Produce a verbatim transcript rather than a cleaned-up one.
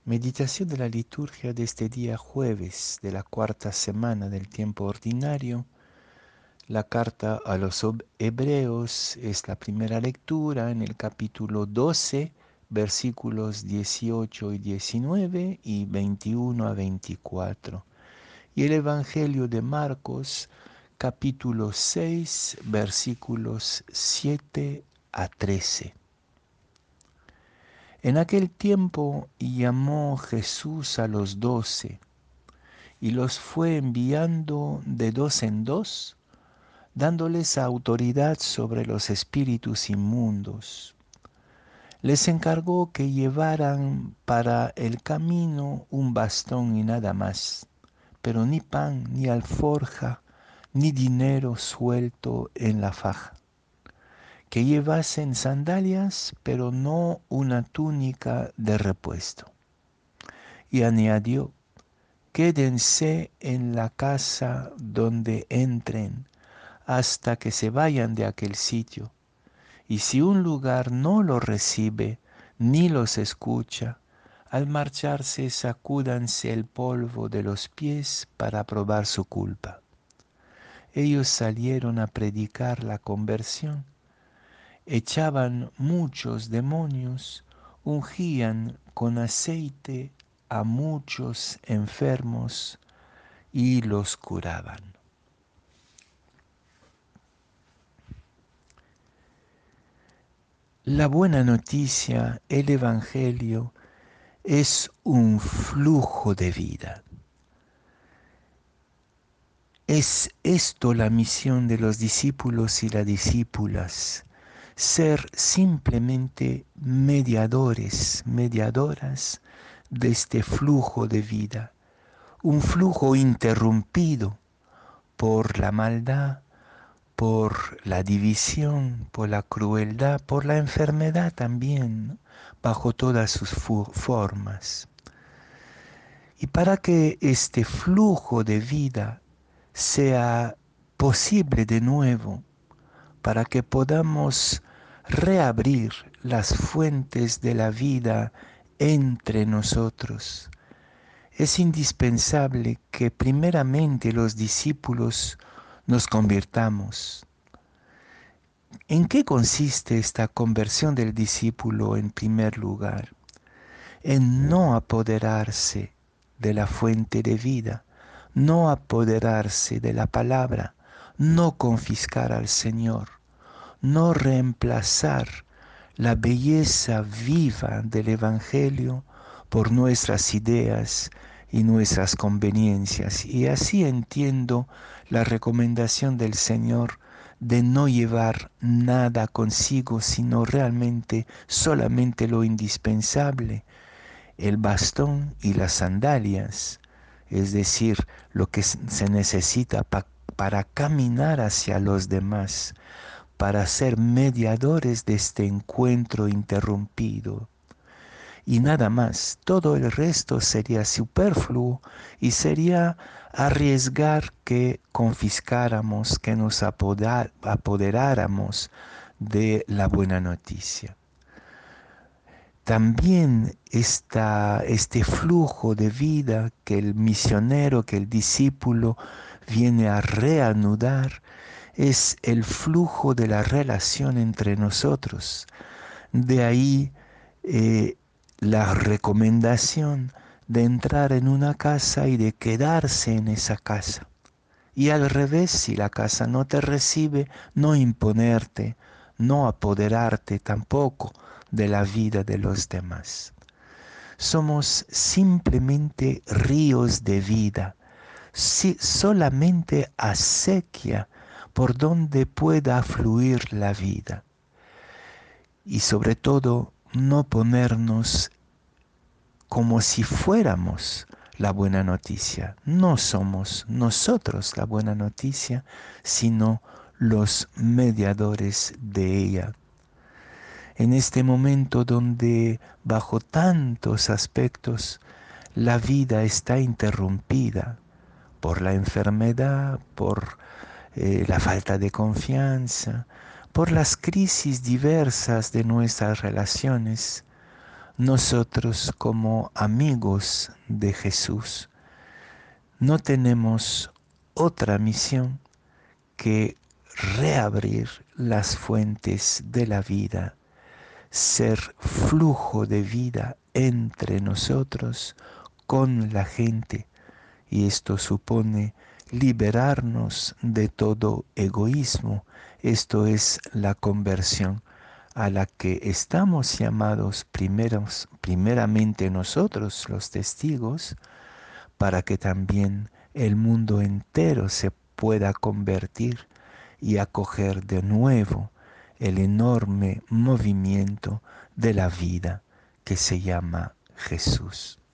Meditación de la liturgia de este día jueves de la cuarta semana del tiempo ordinario. La carta a los Hebreos es la primera lectura en el capítulo doce, versículos dieciocho y diecinueve y veintiuno a veinticuatro. Y el Evangelio de Marcos, capítulo seis, versículos siete a trece. En aquel tiempo llamó Jesús a los doce y los fue enviando de dos en dos, dándoles autoridad sobre los espíritus inmundos. Les encargó que llevaran para el camino un bastón y nada más, pero ni pan, ni alforja, ni dinero suelto en la faja. Que llevasen sandalias, pero no una túnica de repuesto. Y añadió: quédense en la casa donde entren hasta que se vayan de aquel sitio. Y si un lugar no los recibe ni los escucha, al marcharse sacúdanse el polvo de los pies para probar su culpa. Ellos salieron a predicar la conversión, echaban muchos demonios, ungían con aceite a muchos enfermos y los curaban. La buena noticia, el Evangelio, es un flujo de vida. Es esto la misión de los discípulos y las discípulas, ser simplemente mediadores, mediadoras de este flujo de vida, un flujo interrumpido por la maldad, por la división, por la crueldad, por la enfermedad también, ¿no? Bajo todas sus formas. Y para que este flujo de vida sea posible de nuevo, para que podamos reabrir las fuentes de la vida entre nosotros, es indispensable que primeramente los discípulos nos convirtamos. ¿En qué consiste esta conversión del discípulo en primer lugar? En no apoderarse de la fuente de vida, no apoderarse de la palabra, no confiscar al Señor, no reemplazar la belleza viva del Evangelio por nuestras ideas y nuestras conveniencias. Y así entiendo la recomendación del Señor de no llevar nada consigo, sino realmente solamente lo indispensable, el bastón y las sandalias, es decir, lo que se necesita pa para caminar hacia los demás, para ser mediadores de este encuentro interrumpido. Y nada más, todo el resto sería superfluo y sería arriesgar que confiscáramos, que nos apoderáramos de la buena noticia. También esta, este flujo de vida que el misionero, que el discípulo viene a reanudar, es el flujo de la relación entre nosotros. De ahí eh, la recomendación de entrar en una casa y de quedarse en esa casa. Y al revés, si la casa no te recibe, no imponerte, no apoderarte tampoco de la vida de los demás. Somos simplemente ríos de vida, si solamente acequia por donde pueda fluir la vida. Y sobre todo, no ponernos como si fuéramos la buena noticia. No somos nosotros la buena noticia, sino los mediadores de ella. En este momento donde bajo tantos aspectos la vida está interrumpida por la enfermedad, por eh, la falta de confianza, por las crisis diversas de nuestras relaciones, nosotros como amigos de Jesús no tenemos otra misión que reabrir las fuentes de la vida, ser flujo de vida entre nosotros con la gente, y esto supone liberarnos de todo egoísmo. Esto es la conversión a la que estamos llamados primeros, primeramente nosotros los testigos, para que también el mundo entero se pueda convertir y acoger de nuevo el enorme movimiento de la vida que se llama Jesús.